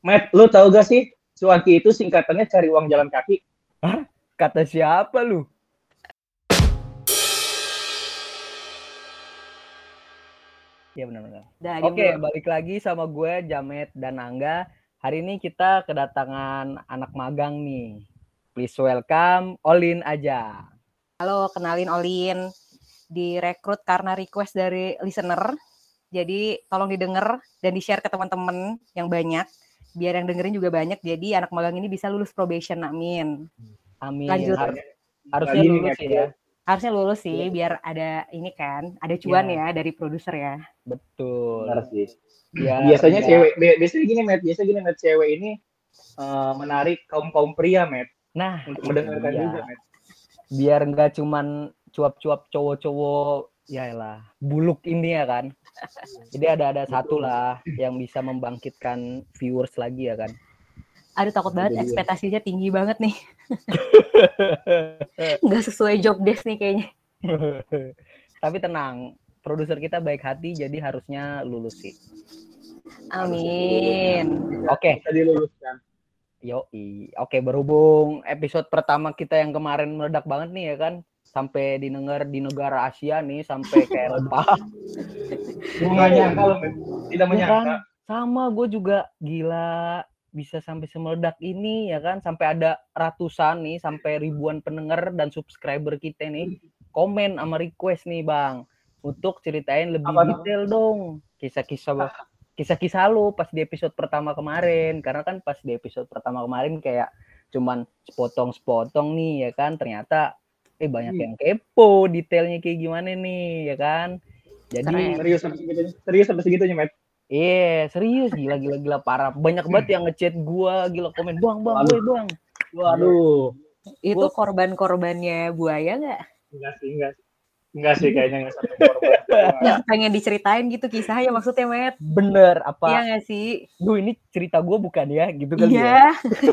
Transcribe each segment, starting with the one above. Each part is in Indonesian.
Matt, lu tahu gak sih cuanki itu singkatannya cari uang jalan kaki? Hah? Kata siapa lu? Iya benar-benar. Oke, balik lagi sama gue Jamet dan Angga. Hari ini kita kedatangan anak magang nih. Please welcome Olin aja. Halo, kenalin Olin. Direkrut karena request dari listener. Jadi tolong didengar dan di-share ke teman-teman yang banyak. Biar yang dengerin juga banyak. Jadi anak magang ini bisa lulus probation. Amin. Amin. Lanjut. Harusnya lulus ya. Harusnya lulus sih, biar ada ini kan, ada cuan ya dari produser ya. Betul. Benar sih. Biar biasanya biasanya gini, Matt, cewek ini menarik kaum pria, Matt. Nah, untuk mendengarkan juga, Matt. Biar nggak cuman cuap-cuap cowok-cowok, ya lah, buluk ini ya kan. Jadi ada satu lah yang bisa membangkitkan viewers lagi ya kan. Aduh, takut banget, ekspektasinya tinggi banget nih. Nggak sesuai job desk nih kayaknya. Tapi tenang, produser kita baik hati, jadi harusnya lulus sih. Amin. Oke. Bisa diluluskan. Yoi. Oke, berhubung episode pertama kita yang kemarin meledak banget nih ya kan. Sampai didengar di negara Asia nih, sampai ke Eropa. Gue nggak nyangka loh, tidak menyangka. Kan? Sama, gue juga gila. Bisa sampai semeledak ini ya kan, sampai ada ratusan nih, sampai ribuan pendengar dan subscriber kita nih komen sama request nih Bang untuk ceritain lebih detail dong kisah-kisah lu pas di episode pertama kemarin, karena kan pas di episode pertama kemarin kayak cuman sepotong-sepotong nih ya kan, ternyata banyak yang kepo detailnya kayak gimana nih ya kan. Jadi serius sampai segitunya, Matt. Serius, gila parah. Banyak banget yang ngechat gua, gila komen, Bang. Waduh. Itu korban-korbannya buaya nggak? Enggak sih, kayaknya nggak sampai korban. Yang pengen diceritain gitu kisahnya maksudnya, Matt. Bener, apa? Iya nggak sih? Duh, ini cerita gua bukan ya, gitu kali ya.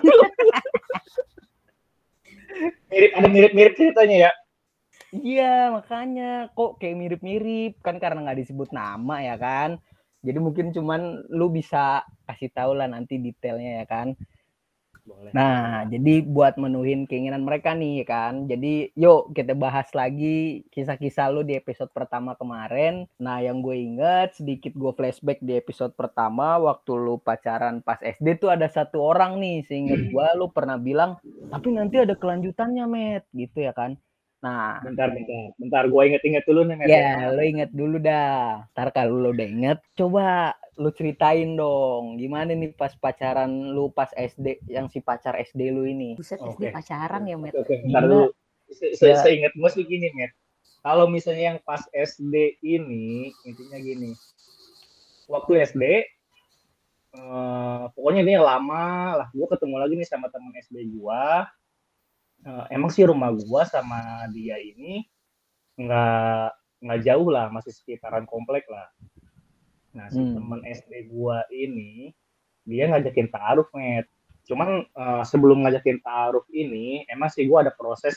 Ada mirip ceritanya ya. Iya, makanya kok kayak mirip-mirip kan, karena nggak disebut nama ya kan. Jadi mungkin cuman lu bisa kasih tahu lah nanti detailnya ya kan. Boleh. Nah, jadi buat menuhin keinginan mereka nih kan. Jadi yuk kita bahas lagi kisah-kisah lu di episode pertama kemarin. Nah, yang gue inget sedikit, gue flashback di episode pertama waktu lu pacaran pas SD tuh ada satu orang nih, seinget gue lu pernah bilang, tapi nanti ada kelanjutannya, Met, gitu ya kan. Nah, bentar, gue inget dulu nih, Met. Ya, lo inget dulu dah. Ntar kalau lo udah inget, coba lu ceritain dong, gimana nih pas pacaran lu pas SD, yang si pacar SD lu ini. Buset, SD pacaran ya, Met? Bentar dulu. Saya inget gue sih gini, Met. Kalau misalnya yang pas SD ini, intinya gini. Waktu SD, pokoknya ini lama lah. Gue ketemu lagi nih sama teman SD gue. Emang sih rumah gue sama dia ini nggak jauh lah, masih sekitaran komplek lah. Nah, si teman SD gua ini dia ngajakin taruh, Met. Cuman sebelum ngajakin taruh ini, emang sih gua ada proses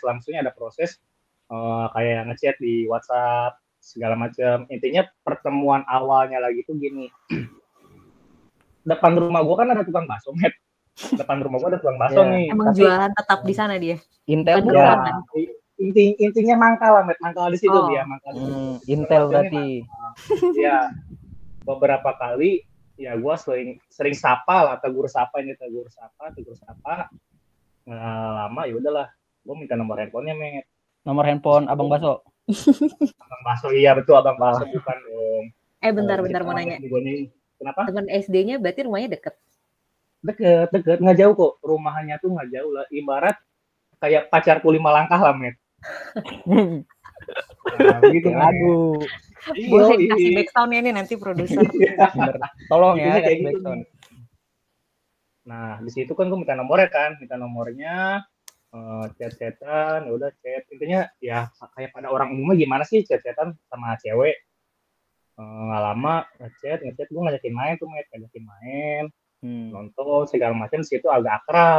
kayak ngechat di WhatsApp segala macam. Intinya pertemuan awalnya lagi tuh gini. Depan rumah gua kan ada tukang bakso, Met. Depan rumah gua ada tukang bakso nih. Emang jualan tetap di sana dia? Intel bukan? Intinya mangkal lah, Met. Mangkal di situ dia, Intel berarti. Ya, beberapa kali ya gue sering sapa lah, tegur sapa. Lama ya udahlah, gue minta nomor handphonenya, Met. Nomor handphone Abang Baso. Abang Baso, iya betul, Abang Baso bukan dong. Bentar mau nanya. Kenapa? Teman SD-nya berarti rumahnya deket, nggak jauh kok, rumahnya tuh nggak jauh lah, ibarat kayak pacarku 5 langkah lah, Met. Nah, gitu lagu. Boleh kasih backsound-nya ini nanti produser. Tolong ya, kasih backsound. Nah, di situ kan gue minta nomornya, chat-chatan, ya udah chat. Intinya ya kayak pada orang umumnya gimana sih chat-chatan sama cewek. Nggak lama ngechat, gue ngajakin main, nonton segala macam. Di situ agak akrab.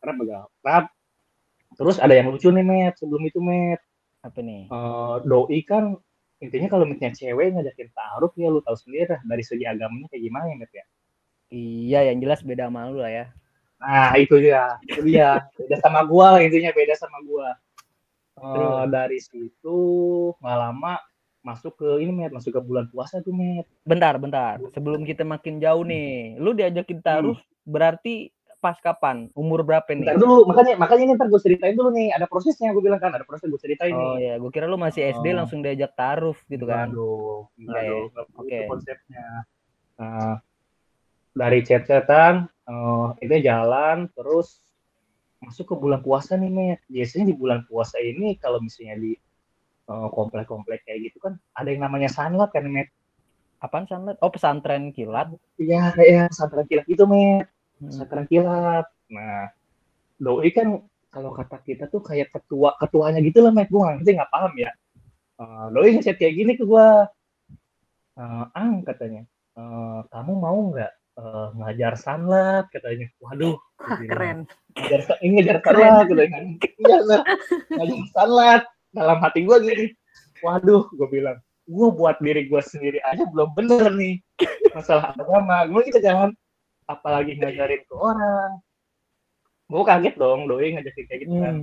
Terus ada yang lucu nih, Met, sebelum itu, Met. Apa nih? Doi kan intinya kalau misalnya cewek ngajakin taruh ya lu tahu sendiri lah dari segi agamanya kayak gimana ya, Met ya. Iya, yang jelas beda sama lu lah ya. Nah, itu dia. Beda sama gua, intinya beda sama gua. Terus? Dari situ nggak lama masuk ke ini, Met, masuk ke bulan puasa tuh, Met. Bentar. Sebelum kita makin jauh nih, lu diajakin taruh berarti pas kapan? Umur berapa Bentar nih? dulu, makanya ini ntar gue ceritain dulu nih, ada prosesnya, gue bilang kan, ada proses gue ceritain Oh nih. ya, gue kira lu masih SD langsung diajak taruh gitu Enggak kan? dong, enggak Enggak ya? dong, enggak begitu Oke. konsepnya. Nah, dari chat-chatan, itu jalan, terus masuk ke bulan puasa nih, Met. Biasanya di bulan puasa ini, kalau misalnya di komplek-komplek kayak gitu kan, ada yang namanya sanlat kan, Met. Apaan sanlat? Oh, pesantren kilat. Iya, kayak pesantren kilat gitu, Met. Hmm. Pesantren kilat. Nah, doi kan kalau kata kita tuh kayak ketuanya gitu lah, Met. Gue nggak paham ya. Doi ngechat kayak gini ke gue. Ang katanya, kamu mau nggak ngajar sanlat katanya. Waduh, gue bilang, Keren. ini ngajar sanlat katanya. Iya lah, ngajar sanlat. Dalam hati gue gini, waduh, gue bilang, gue buat diri gue sendiri aja belum bener nih masalah agama. Gue kita jangan apalagi ngajarin ke orang. Gue kaget dong, doi ngajakin kayak gitu kan.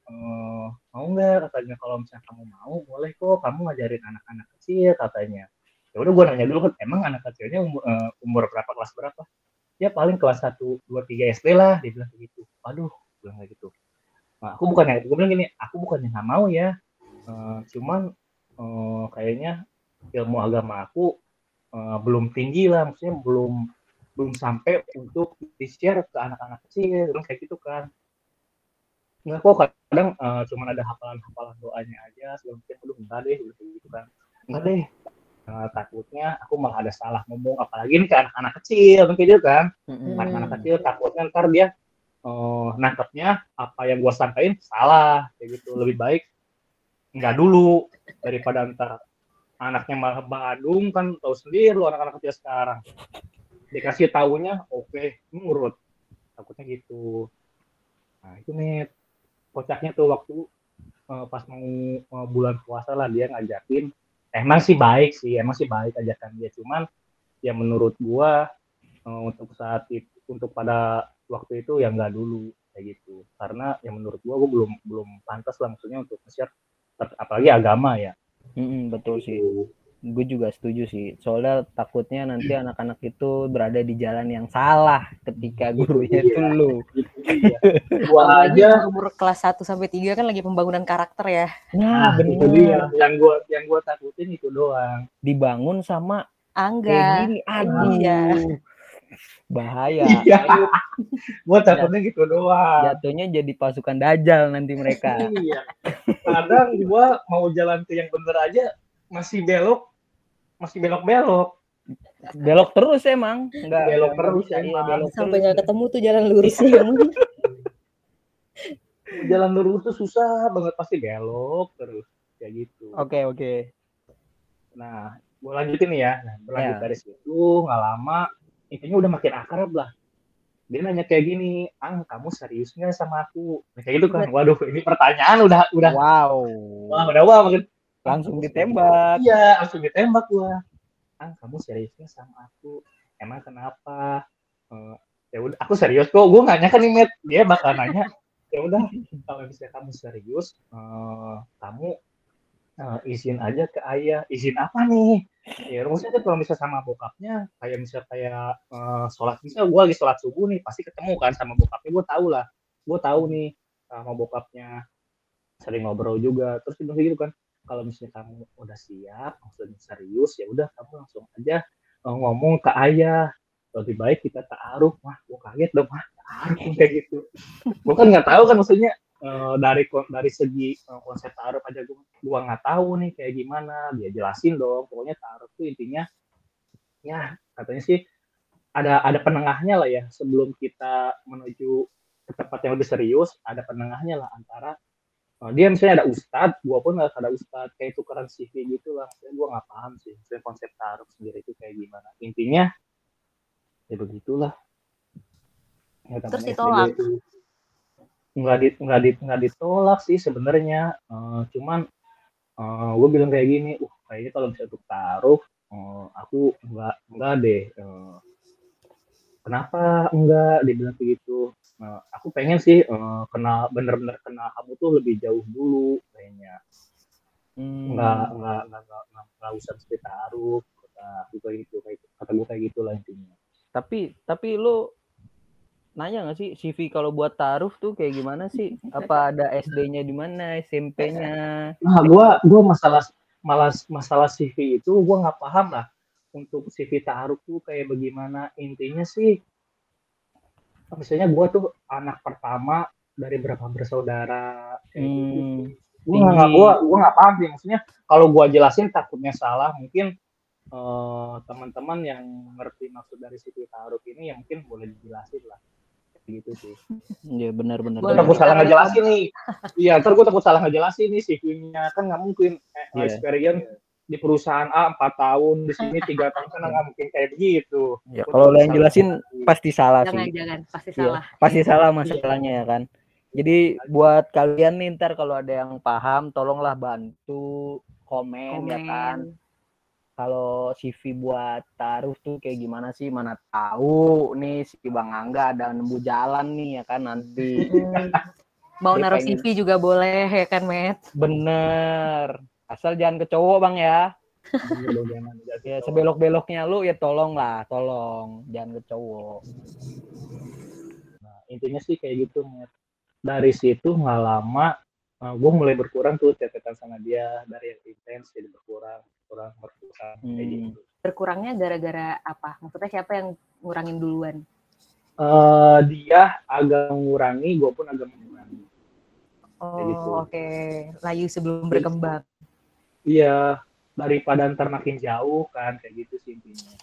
Mau nggak katanya, kalau misalnya kamu mau boleh kok kamu ngajarin anak-anak kecil katanya. Ya udah, gue nanya dulu kan, emang anak kecilnya umur berapa, kelas berapa? Ya paling kelas 1, 2, 3 SD lah, dia bilang begitu. Waduh, bilang kayak gitu. Nah, gue bilang gini, aku bukannya nggak mau ya, cuman kayaknya ilmu agama aku belum tinggi lah, maksudnya belum belum sampai untuk di-share ke anak-anak kecil, bilang kayak gitu kan. Enggak kok, kadang cuman ada hafalan-hafalan doanya aja, segala macam. Aduh, enggak deh, gitu kan. Enggak deh, takutnya aku malah ada salah ngomong, apalagi ini ke anak-anak kecil, kayak gitu kan. Anak-anak kecil takutnya ntar dia nangkepnya apa yang gue sangkain salah, kayak gitu. Lebih baik enggak dulu, daripada ntar anaknya malah Badung, kan tahu sendiri lu anak-anak kecil sekarang. Dikasih taunya, oke, nurut. Takutnya gitu. Nah, itu nih kocaknya tuh waktu pas mau bulan puasa lah, dia ngajakin. Emang sih baik ajakan dia, cuman ya menurut gua untuk saat itu, untuk pada waktu itu ya nggak dulu kayak gitu, karena ya menurut gua belum belum pantas lah, maksudnya untuk share apalagi agama ya. Betul Gitu. sih. Gue juga setuju sih. Soalnya takutnya nanti anak-anak itu berada di jalan yang salah ketika gurunya itu lu. Itu dia. Gua Apalagi aja umur kelas 1 sampai 3 kan lagi pembangunan karakter ya. Nah, itu dia bener. yang gua takutin itu doang. Dibangun sama kayak Angga. gini. Iya. Aduh. Bahaya. Iya. Gua takutnya gitu doang. Jatuhnya jadi pasukan dajjal nanti mereka. Iya. Kadang gua mau jalan ke yang bener aja masih belok Belok terus emang. belok Nggak terus bisa. Iya, emang. belok Sampai terus. nggak ketemu tuh jalan lurusnya yang mana. Jalan lurus tuh susah banget, pasti belok terus kayak gitu. Oke. Nah, gue lanjutin nih ya. Nah, berlanjut Ya. dari situ nggak lama, intinya udah makin akrab lah. Dia nanya kayak gini, Ang, kamu serius nggak sama aku? Nah, kayak gitu kan. Waduh, ini pertanyaan udah Wow. wah makin Langsung ditembak. Iya, langsung ditembak gua. Ang, kamu serius nggak sama aku? Emang kenapa? Ya udah, aku serius kok. Gue nggak nyangka nih, Met, dia bakal nanya. Ya udah, kalau misalnya kamu serius, kamu izin aja ke ayah. Izin apa nih? Ya maksudnya kalau misalnya sama bokapnya, kayak misalnya kayak sholat, misalnya gue lagi sholat subuh nih, pasti ketemu kan sama bokapnya. Gue tahu nih sama bokapnya, sering ngobrol juga. Terus dia bilang gitu kan, kalau misalnya kamu udah siap, maksudnya serius, ya udah kamu langsung aja ngomong ke ayah. Lebih baik kita ta'aruf. Wah, gue kaget dong, ta'aruf kayak gitu. Gue kan nggak tahu kan, maksudnya dari segi konsep ta'aruf aja gue nggak tahu nih kayak gimana. Dia jelasin dong, pokoknya ta'aruf itu intinya ya katanya sih ada penengahnya lah ya, sebelum kita menuju ke tempat yang lebih serius, ada penengahnya lah antara dia misalnya ada ustadz, gue pun harus ada ustadz, kayak tukeran CV gitu lah. Maksudnya gue nggak paham sih maksudnya konsep ta'aruf sendiri itu kayak gimana. Intinya ya begitulah. Ya, Terus ditolak. nggak ditolak sih sebenarnya, cuman gue bilang kayak gini, kayaknya kalau bisa untuk taruh, aku nggak deh, kenapa enggak, dia bilang begitu. Nah, aku pengen sih kenal, bener-bener kenal kamu tuh lebih jauh dulu kayaknya. Nggak usah mesti taruh, kata aku kayak gitu, kata gue kayak gitulah intinya. Tapi lu nanya nggak sih CV kalau buat taruh tuh kayak gimana sih? Apa ada SD-nya di mana, SMP-nya? Nah, gue masalah CV itu gue nggak paham lah. Untuk CV taruh tuh kayak bagaimana, intinya sih misalnya gue tuh anak pertama dari berapa bersaudara kayak gitu. Gue nggak paham sih, maksudnya kalau gue jelasin takutnya salah. Mungkin teman-teman yang ngerti maksud dari CV taruh ini yang mungkin boleh dijelasin lah gitu sih. Iya benar-benar. Takut salah ngejelasin nih. Iya, ntar gue takut salah ngejelasin nih CV-nya, kan nggak mungkin experience di perusahaan A 4 tahun, di sini 3 tahun, kan nggak mungkin kayak begitu. Ya, kalau lo yang jelasin pasti salah sih. Jangan, pasti salah. Pasti salah masalahnya ya kan. Jadi buat kalian nih ntar kalau ada yang paham, tolonglah bantu komen. Ya kan. Kalau CV buat taruh tuh kayak gimana sih? Mana tahu nih si Bang Angga ada nemu jalan nih ya kan nanti. Mau naruh CV juga boleh ya kan, Met? Bener. Asal jangan ke cowok Bang ya. Ya sebelok-beloknya lu ya tolong jangan ke cowok. Nah, intinya sih kayak gitu, Met. Dari situ nggak lama gue mulai berkurang tuh catatan sama dia, dari yang intens jadi berkurang kayak gitu. Berkurangnya gara-gara apa? Maksudnya siapa yang ngurangin duluan? Dia agak mengurangi, gue pun agak mengurangi. Oh, oke. Layu sebelum berkembang. Iya, daripada ntar makin jauh kan, kayak gitu sih intinya.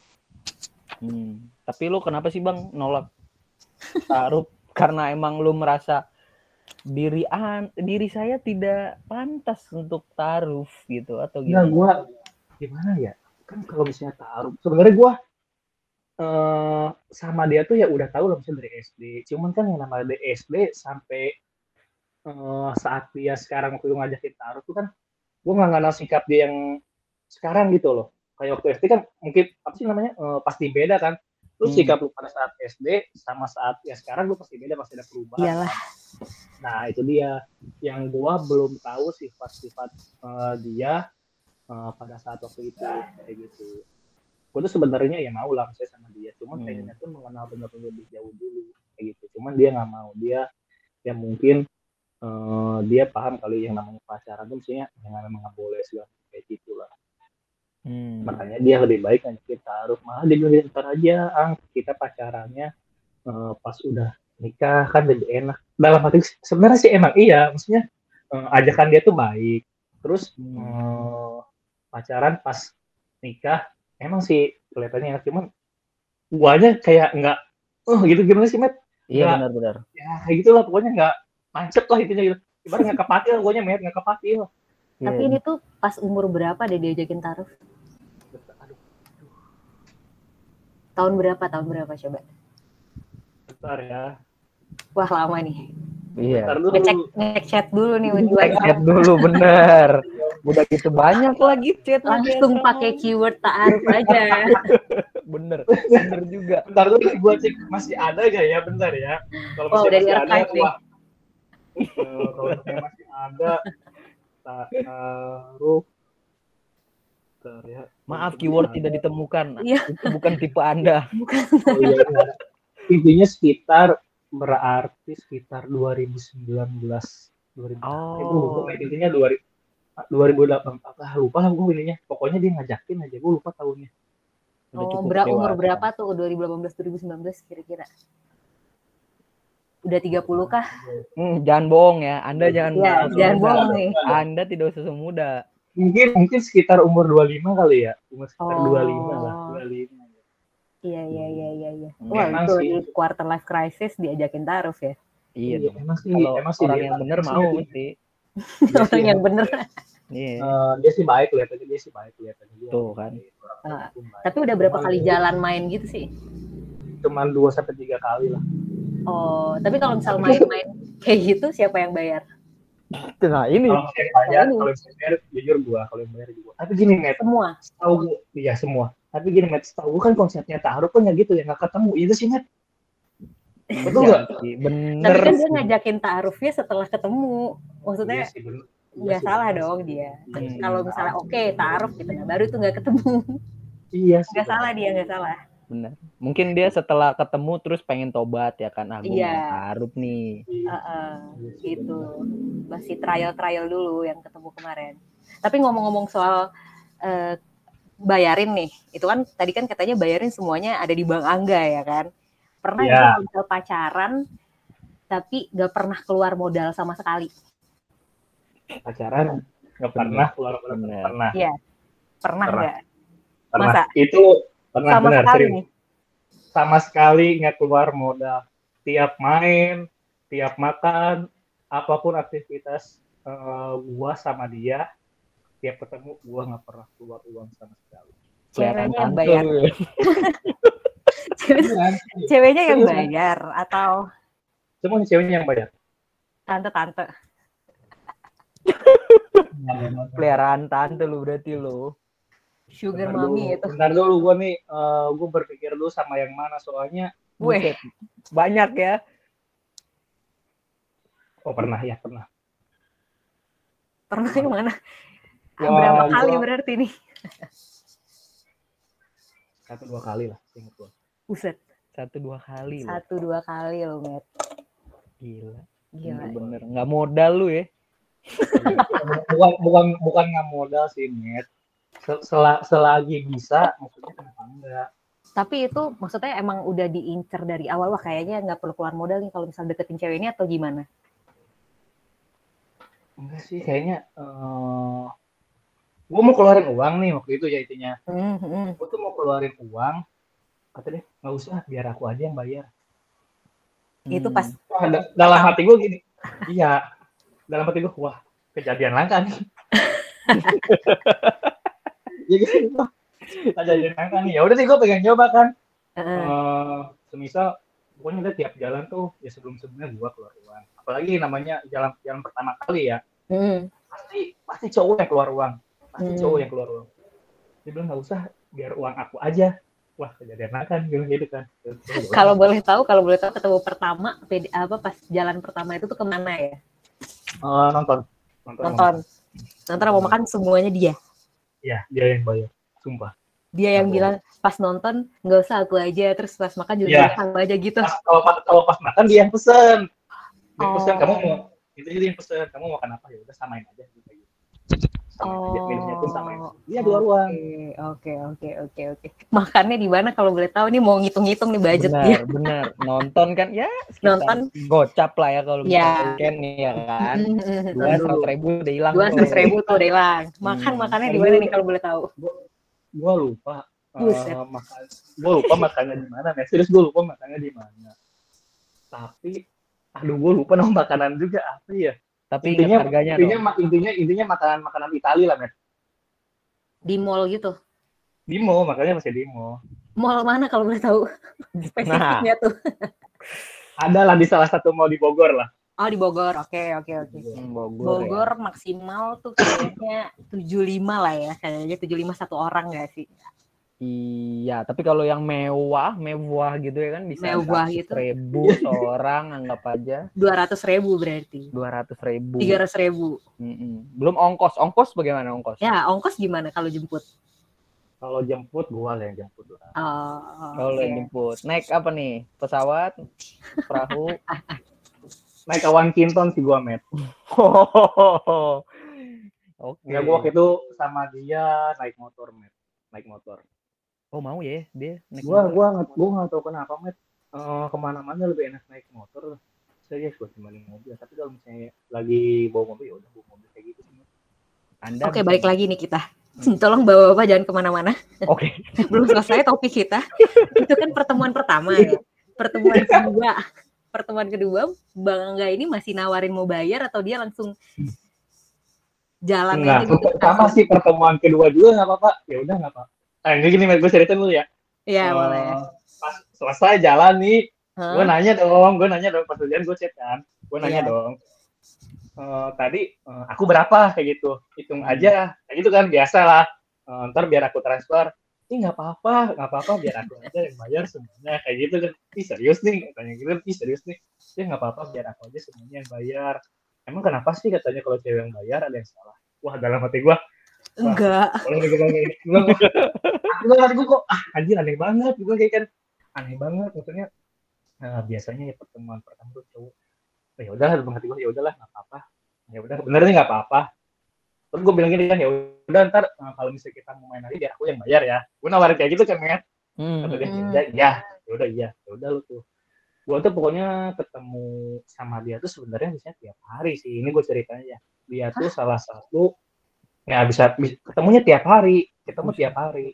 Tapi lu kenapa sih Bang nolak taruh? Karena emang lu merasa diri saya tidak pantas untuk taruh gitu atau gimana? Nah, gue gimana ya? Kan kalau misalnya taruh, sebenarnya gue sama dia tuh ya udah tahu lah misalnya dari SD. Cuman kan yang namanya dari SD sampai saat dia sekarang waktu itu ngajakin taruh tuh kan gue nggak kenal sikap dia yang sekarang gitu loh. Kayak waktu SD kan mungkin apa sih namanya pasti beda kan. Terus sikap lu pada saat SD sama saat ya sekarang lu pasti beda, pasti ada perubahan. Iyalah. Nah itu dia yang gue belum tahu sifat-sifat dia pada saat waktu itu kayak gitu. Gue tuh sebenarnya ya mau lah saya sama dia, cuman pengennya tuh mengenal benar-benar lebih jauh dulu kayak gitu. Cuman dia nggak mau, dia ya mungkin dia paham kali yang namanya pacaran tuh misalnya yang memang nggak boleh segala kayak gitulah. Makanya dia lebih baik ngajakin taruh, malah dia bilang ntar aja kita pacarannya pas udah nikah kan lebih enak. Dalam hati sebenarnya sih emang iya, maksudnya ajakan dia tuh baik. Terus pacaran pas nikah emang sih kelihatannya enak, cuman guanya kayak nggak gitu, gimana sih Met? Iya benar-benar. Ya kayak gitulah pokoknya, nggak mancep lah intinya gitu. Ibarat nggak kepake lah guanya, Met, nggak kepake lah. Tapi ini tuh pas umur berapa deh diajakin taruh? Tahun berapa coba? Bentar ya. Wah lama nih. Iya. Ngechat dulu nih. Ngechat dulu bener. Udah gitu banyak lagi chat. Langsung pakai keyword taruh aja. Bener juga. Bentar dulu gue cek masih ada gak ya, bentar ya. Kalau dari masih archive ada, kalau masih ada taruh. Ya. Maaf, keyword tidak ditemukan. Itu bukan tipe Anda. Bukan. Intinya berarti sekitar 2019. Intinya 2008. Lupa lah gue intinya. Pokoknya dia ngajakin aja, gue lupa tahunnya. Umur berapa tuh 2018-2019 kira-kira? Udah 30 kah? Jangan bohong ya. Anda jangan bohong nih. Anda tidak usah muda. Mungkin sekitar umur 25 kali ya. Umur sekitar 25 lah. 25. Iya. Wah, itu di quarter life crisis diajakin taruh ya. Iya. Emang sih orang yang bener mau mesti. Orang yang bener. Iya. Dia sih baik kelihatannya. Tuh kan. Tapi udah berapa kali jalan main gitu sih? Cuman 2-3 kali lah. Oh, tapi kalau misal main-main kayak gitu siapa yang bayar? Nah ini. Kalau yang bayar jujur gua, kalau yang bayar juga. Tapi gini Net. Semua. Tahu iya semua. Tapi gini, Met, setahu kan konsepnya ta'aruf kan ya gitu ya, nggak ketemu. Itu sih, Met. Betul nggak? Bener. Tapi kan dia ngajakin ta'arufnya setelah ketemu. Maksudnya Iya sih, bener. nggak salah dong dia. Kalau misalnya oke ta'aruf gitu, nah baru itu nggak ketemu. Iya sih. Nggak salah dia, nggak salah. Bener. Mungkin dia setelah ketemu terus pengen tobat ya kan. Gue Iya. mau ta'aruf nih. Gitu. Masih trial dulu yang ketemu kemarin. Tapi ngomong-ngomong soal bayarin nih, itu kan tadi kan katanya bayarin semuanya ada di Bang Angga ya kan. Pernah nggak misal pacaran tapi nggak pernah keluar modal sama sekali? Pacaran nggak pernah keluar modal? Pernah. Iya. Pernah nggak? Pernah. Masa? Itu pernah, sama benar. Sekali nih. Sama sekali nggak keluar modal. Tiap main, tiap makan, apapun aktivitas gua sama dia, tiap ketemu gua nggak pernah keluar uang sama sekali. Ceweknya yang bayar. Ceweknya yang bayar atau semuanya ceweknya yang bayar? Tante. Peliharaan tante lu berarti lu. Sugar mommy itu. Bentar dulu, gue berpikir dulu sama yang mana, soalnya banyak ya. Oh pernah. Pernah yang mana? Berapa kali berarti nih? 1-2 kali lah, ingat gue. Buset. 1-2 kali. 1-2 kali loh, Met. Gila. Bener. Nggak modal lu ya? bukan nggak modal sih, Met. Selagi bisa, maksudnya kenapa enggak? Tapi itu maksudnya emang udah diincer dari awal, wah kayaknya nggak perlu keluar modal nih kalau misal deketin cewek ini atau gimana? Enggak sih, kayaknya gue mau keluarin uang nih waktu itu ya intinya. Gue tuh mau keluarin uang, kata dia nggak usah, biar aku aja yang bayar. Itu pas. Dalam hati gue gini, iya. Dalam hati gue, wah kejadian langka nih. Ya gitu, kejadian langka nih. Ya udah sih gue pengen coba kan. Semisal pokoknya tiap jalan tuh ya sebelumnya gue keluar uang. Apalagi namanya jalan pertama kali ya. Pasti cowok yang keluar uang. Dia bilang nggak usah, biar uang aku aja. Wah kejadian langka nih gitu kan. Kalau boleh tahu ketemu pertama pas jalan pertama itu tuh kemana ya? Nonton mau makan semuanya dia. Iya, dia yang bayar, sumpah. Dia yang bilang pas nonton nggak usah aku aja, terus pas makan juga aku aja gitu. Kalau pas makan dia yang pesen. Dia pesen, kamu mau itu jadi yang pesen, kamu mau makan apa ya udah samain aja gitu. Minumnya pun samain. Dia keluar uang. Oke. Makannya di mana kalau boleh tahu nih, mau ngitung-ngitung nih budget dia. Benar. Nonton kan ya nonton gocap lah ya kalau weekend nih ya kan. 200.000 udah hilang. 200.000 tuh udah hilang. Makannya di mana nih kalau boleh tahu? Gue lupa. Gue lupa makannya di mana. Serius gue lupa makannya di mana. Tapi gue lupa nama makanan juga apa ya. Tapi harganya intinya makanan Italia lah, Met. Di mall gitu. Di mall, makanya masih di mall. Mall mana kalau boleh tahu? Spesifiknya tuh. Ada lah di salah satu mall di Bogor lah. Oh, di Bogor. Oke. Bogor ya. Maksimal tuh kayaknya 75 lah ya. Kayaknya 75 satu orang enggak sih? Iya, tapi kalau yang mewah gitu ya kan bisa 100.000 seorang, anggap aja 200.000 berarti 300.000. Belum ongkos bagaimana ongkos? Ya, ongkos gimana kalau jemput? Kalau jemput gua lah yang jemput lah. Kalau jemput naik apa nih, pesawat, perahu? Naik awan kinton sih gua, Met. Oke. Ya gua waktu itu sama dia naik motor, Met. Oh mau ya dia naik motor? Gua nggak tahu kenapa, Met. Kemana-mana lebih enak naik motor. Serius gua dibanding mobil. Tapi kalau misalnya lagi bawa mobil, ya udah bawa mobil kayak gitu sih. Oke, balik lagi nih kita. Tolong bawa-bawa jangan kemana-mana. Oke. Belum selesai topik kita. Itu kan pertemuan pertama ya. Pertemuan kedua, Bang Angga ini masih nawarin mau bayar atau dia langsung jalan aja gitu? Pertama sih pertemuan kedua juga nggak apa-apa. Ya udah nggak apa-apa. Gini, gue ceritain dulu ya. Iya, boleh. Pas selesai jalan nih, gue nanya dong pas jalan gue chat kan. Gue nanya dong. Tadi aku berapa kayak gitu. Hitung aja. Kayak gitu kan biasa lah. Ntar biar aku transfer. Ih nggak apa-apa biar aku aja yang bayar semuanya kayak gitu kan. Ih serius nih katanya gitu, ih serius nih. Ya nggak apa-apa biar aku aja semuanya yang bayar. Emang kenapa sih katanya kalau cewek yang bayar ada yang salah? Wah dalam hati gua, wah Enggak. boleh nih gua kayak gini. Gua hati gua kok anjir aneh banget gua kayak kan aneh banget maksudnya. Biasanya ya pertemuan pertama tuh cowok, oh, ya udahlah dalam hati gua ya udahlah nggak apa-apa. Ya udah bener nih nggak apa-apa. Terus gue bilang gini kan ya udah ntar kalau misalnya kita mau main lagi biar aku yang bayar ya. Gue nawarin kayak gitu kan ya. Kata dia iya ya udah lu tuh. Gue tuh pokoknya ketemu sama dia tuh sebenarnya misalnya tiap hari sih. Ini gue ceritanya ya. Dia tuh salah satu ya bisa ketemunya tiap hari. Ketemu tiap hari.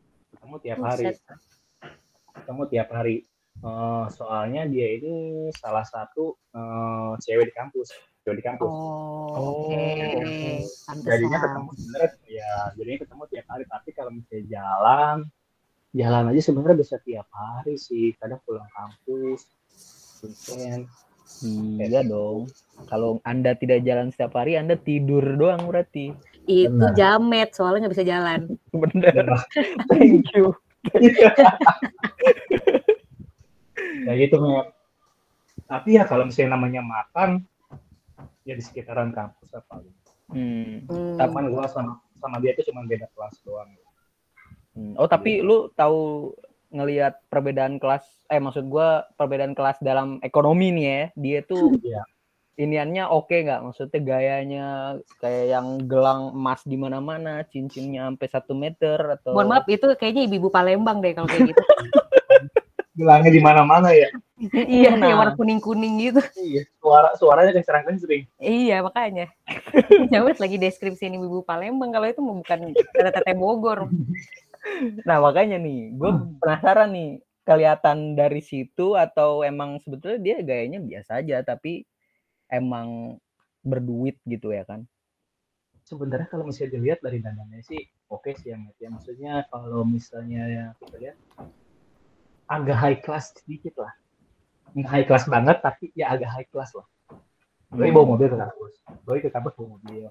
Soalnya dia ini salah satu cewek di kampus. Oh, oke. Jadinya Pantesan. ketemu sebenarnya ya jadinya ketemu tiap hari tapi kalau misalnya jalan aja sebenarnya bisa tiap hari sih, kadang pulang kampus weekend. Iya dong. Kalau Anda tidak jalan setiap hari, Anda tidur doang berarti. Itu Benar. jamet, soalnya nggak bisa jalan. Bener. Thank you. Ya gitu Mep. Tapi ya kalau misalnya namanya makan ya di sekitaran kampus apa gitu. Tapi gua sama dia itu cuma beda kelas doang. Oh tapi lu tahu ngelihat perbedaan kelas, maksud gua perbedaan kelas dalam ekonomi nih ya, dia tuh iniannya oke nggak? Maksudnya gayanya kayak yang gelang emas di mana-mana, cincinnya sampai 1 meter atau? Mohon maaf, itu kayaknya ibu-ibu Palembang deh kalau kayak gitu. Gelangnya di mana-mana ya. Iya, yang warna kuning-kuning gitu. Iya, suaranya kenceng-kenceng. Iya, makanya. Jawab lagi deskripsi ini ibu-ibu Palembang, kalau itu bukan tete Bogor. Nah makanya nih, gue penasaran nih, kelihatan dari situ atau emang sebetulnya dia gayanya biasa aja tapi emang berduit gitu ya kan? Sebenarnya kalau misalnya dilihat dari dandannya sih oke sih ya. Maksudnya kalau misalnya kita lihat agak high class sedikit lah. Nggak high class banget tapi ya agak high class lah. Gue bawa mobil ke kampus bawa mobil.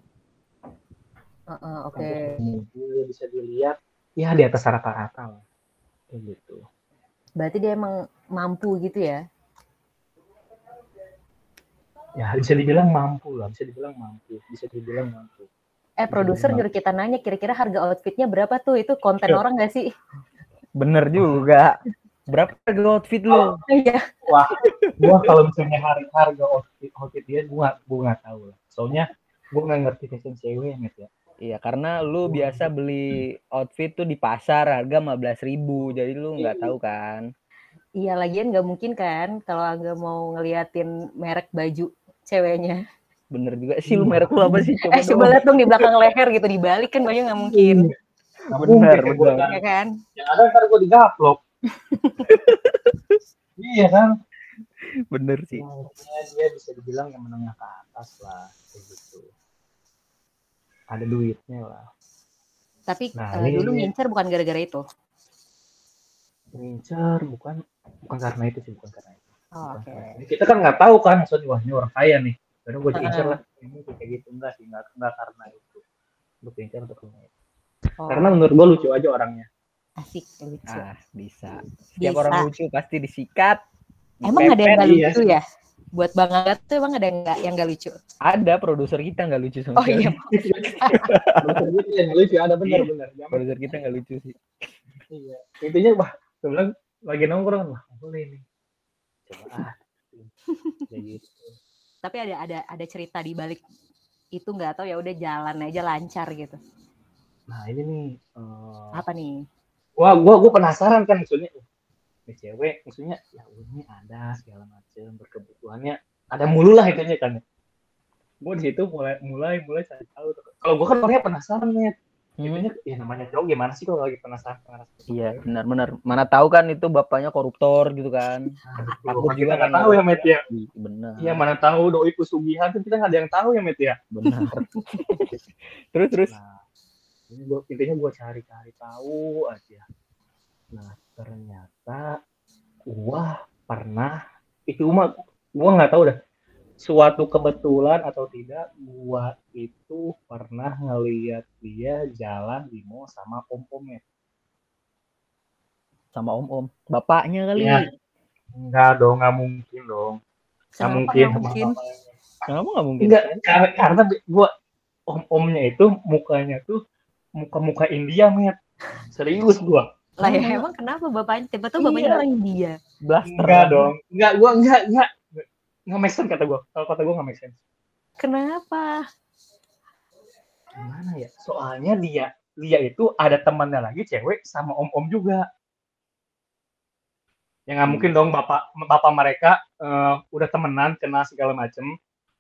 Oke. Mobil bisa dilihat ya di atas rata-rata lah. Kayak gitu. Berarti dia emang mampu gitu ya? Ya bisa dibilang mampu. Produser nyuruh kita nanya kira-kira harga outfitnya berapa tuh? Itu konten orang nggak sih? Bener juga. Berapa harga outfit lo? Iya. Wah, gua kalau misalnya harga outfit dia gua nggak tahu lah. Soalnya gua nggak ngerti fashion cewek ya. Iya, karena lu biasa beli outfit tuh di pasar harga 15.000, jadi lu nggak tahu kan? Iya, lagian nggak mungkin kan kalau Angga mau ngeliatin merek baju ceweknya. Bener juga sih, lu merek lu apa sih? Coba lihat dong di belakang leher gitu, dibalik kan baju nggak mungkin. Bener. Ya kan? Yang ada ntar gue digaplok. Iya kan? Bener sih. Dia bisa dibilang yang menengah ke atas lah, kayak gitu. Ada duitnya lah. Tapi dulu ngincer bukan gara-gara itu. Ngincer bukan karena itu sih, bukan karena itu. Oke. Kita kan nggak tahu kan, maksudnya wah ini orang kaya nih. Karena gue diincar lah, ini kayak gitu enggak sih, enggak karena itu. Gue diincar untuk itu. Karena menurut gue lucu aja orangnya. Asik, lucu. Bisa. Setiap orang lucu pasti disikat. Emang ada yang nggak lucu ya? Buat Bang Angga tuh emang ada yang nggak lucu? Ada, produser kita nggak lucu sama sekali. Iya. Produser kita yang lucu, ada benar. Produser kita nggak lucu sih. Iya. Intinya gue bilang lagi nongkrong lah, boleh nih. Coba kayak gitu. Tapi ada cerita di balik itu nggak, atau ya udah jalan aja lancar gitu? Nah ini nih. Apa nih? Wah, gue penasaran kan maksudnya. Ini cewek, maksudnya ya ini ada segala macam berkebutuhannya ada mulu lah intinya kan. Gue di situ mulai cari tahu. Kalau gue kan orangnya penasaran nih. Intinya ya namanya cowok gimana sih kalau lagi penasaran. Iya benar. Mana tahu kan itu bapaknya koruptor gitu kan. Takut juga kan tahu ya Met ya. Benar. Iya mana tahu doi pesugihan kan kita nggak ada yang tahu ya Met ya. Benar. terus. Nah, ini intinya gue cari tahu aja. Nah ternyata gua pernah itu gua nggak tahu dah suatu kebetulan atau tidak gua itu pernah ngelihat dia jalan di mall sama pom-pomnya. Sama om-om. Bapaknya kali. Ya. Enggak dong, nggak mungkin dong. Nggak Kenapa mungkin. nggak mungkin? Kenapa nggak mungkin? Enggak, karena gua om-omnya itu mukanya tuh muka-muka India, Met. Serius gua. Lah ya emang kenapa bapaknya? Tiba-tiba bapaknya Iya. orang India. Blaster. Enggak dong. Enggak, gua enggak make sense kata gua. Kalau kata gua nggak make sense. Kenapa? Gimana ya? Soalnya dia itu ada temannya lagi cewek sama om-om juga. Ya nggak mungkin dong bapak mereka udah temenan kenal segala macem.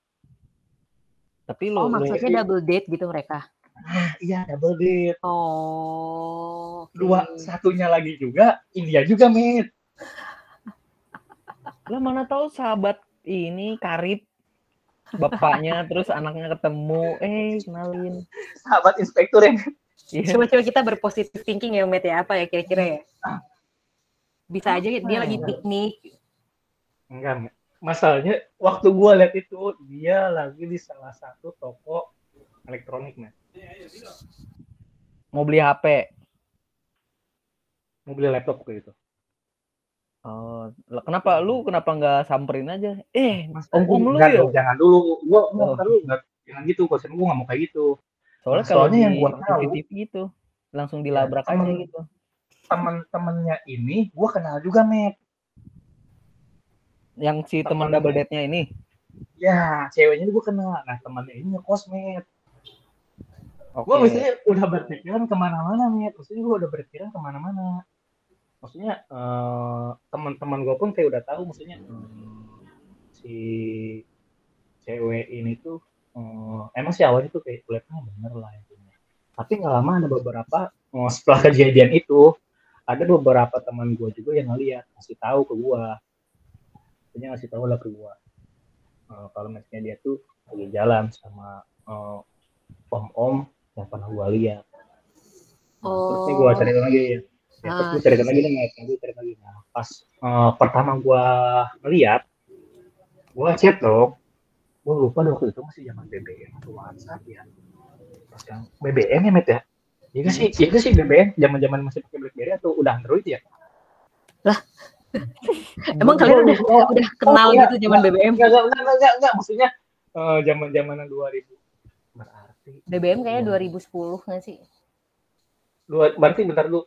Tapi Oh, lu maksudnya double date gitu mereka. Iya, double date. Oh. Satunya lagi juga India juga, Mit. lah mana tahu sahabat ini karib bapaknya terus anaknya ketemu kenalin. Sahabat inspektur yang Iya. Coba kita berpositif thinking ya, Met ya, apa ya kira-kira ya? Bisa aja dia lagi piknik. Enggak. Masalahnya waktu gua lihat itu dia lagi di salah satu toko elektronik, Met. Mau beli HP. Mau beli laptop gitu. Oh, kenapa nggak samperin aja? Om lu ya? Jangan dulu. Gua enggak jangan gitu, kosen gua enggak mau kayak gitu. Soalnya yang gua tahu gitu, langsung dilabrak aja gitu. Temen-temennya ini gua kenal juga, Met. Yang si teman double date-nya ini. Ya, ceweknya gua kenal. Nah, temannya ini ngekos, Met. Okay. Gue misalnya udah berpikiran kemana-mana, Met. Maksudnya gue udah berpikiran kemana-mana. Maksudnya teman-teman gue pun kayak udah tahu, maksudnya si cewek ini tuh emang si awalnya tuh kayak kulitnya bener lah intinya. Tapi nggak lama ada beberapa setelah kejadian itu ada beberapa teman gue juga yang ngeliat ngasih tahu ke gue, maksudnya ngasih tahu lah ke gue kalau misalnya dia tuh lagi jalan sama om-om yang pernah gue lihat. Terus nih gue cariin lagi ya. Terus gue cariin lagi nih, Nah, pas pertama gue ngeliat, gue chat dong. Gue lupa waktu itu masih zaman BBM atau WhatsApp ya. Pas yang BBM ya, Met ya. Iya sih BBM. Zaman masih pakai BlackBerry atau udah Android ya? Lah. Emang kalian udah kenal gitu zaman BBM? Enggak. Maksudnya zaman-zamanan 2000. Berarti BBM kayaknya 2010 nggak sih? Berarti bentar dulu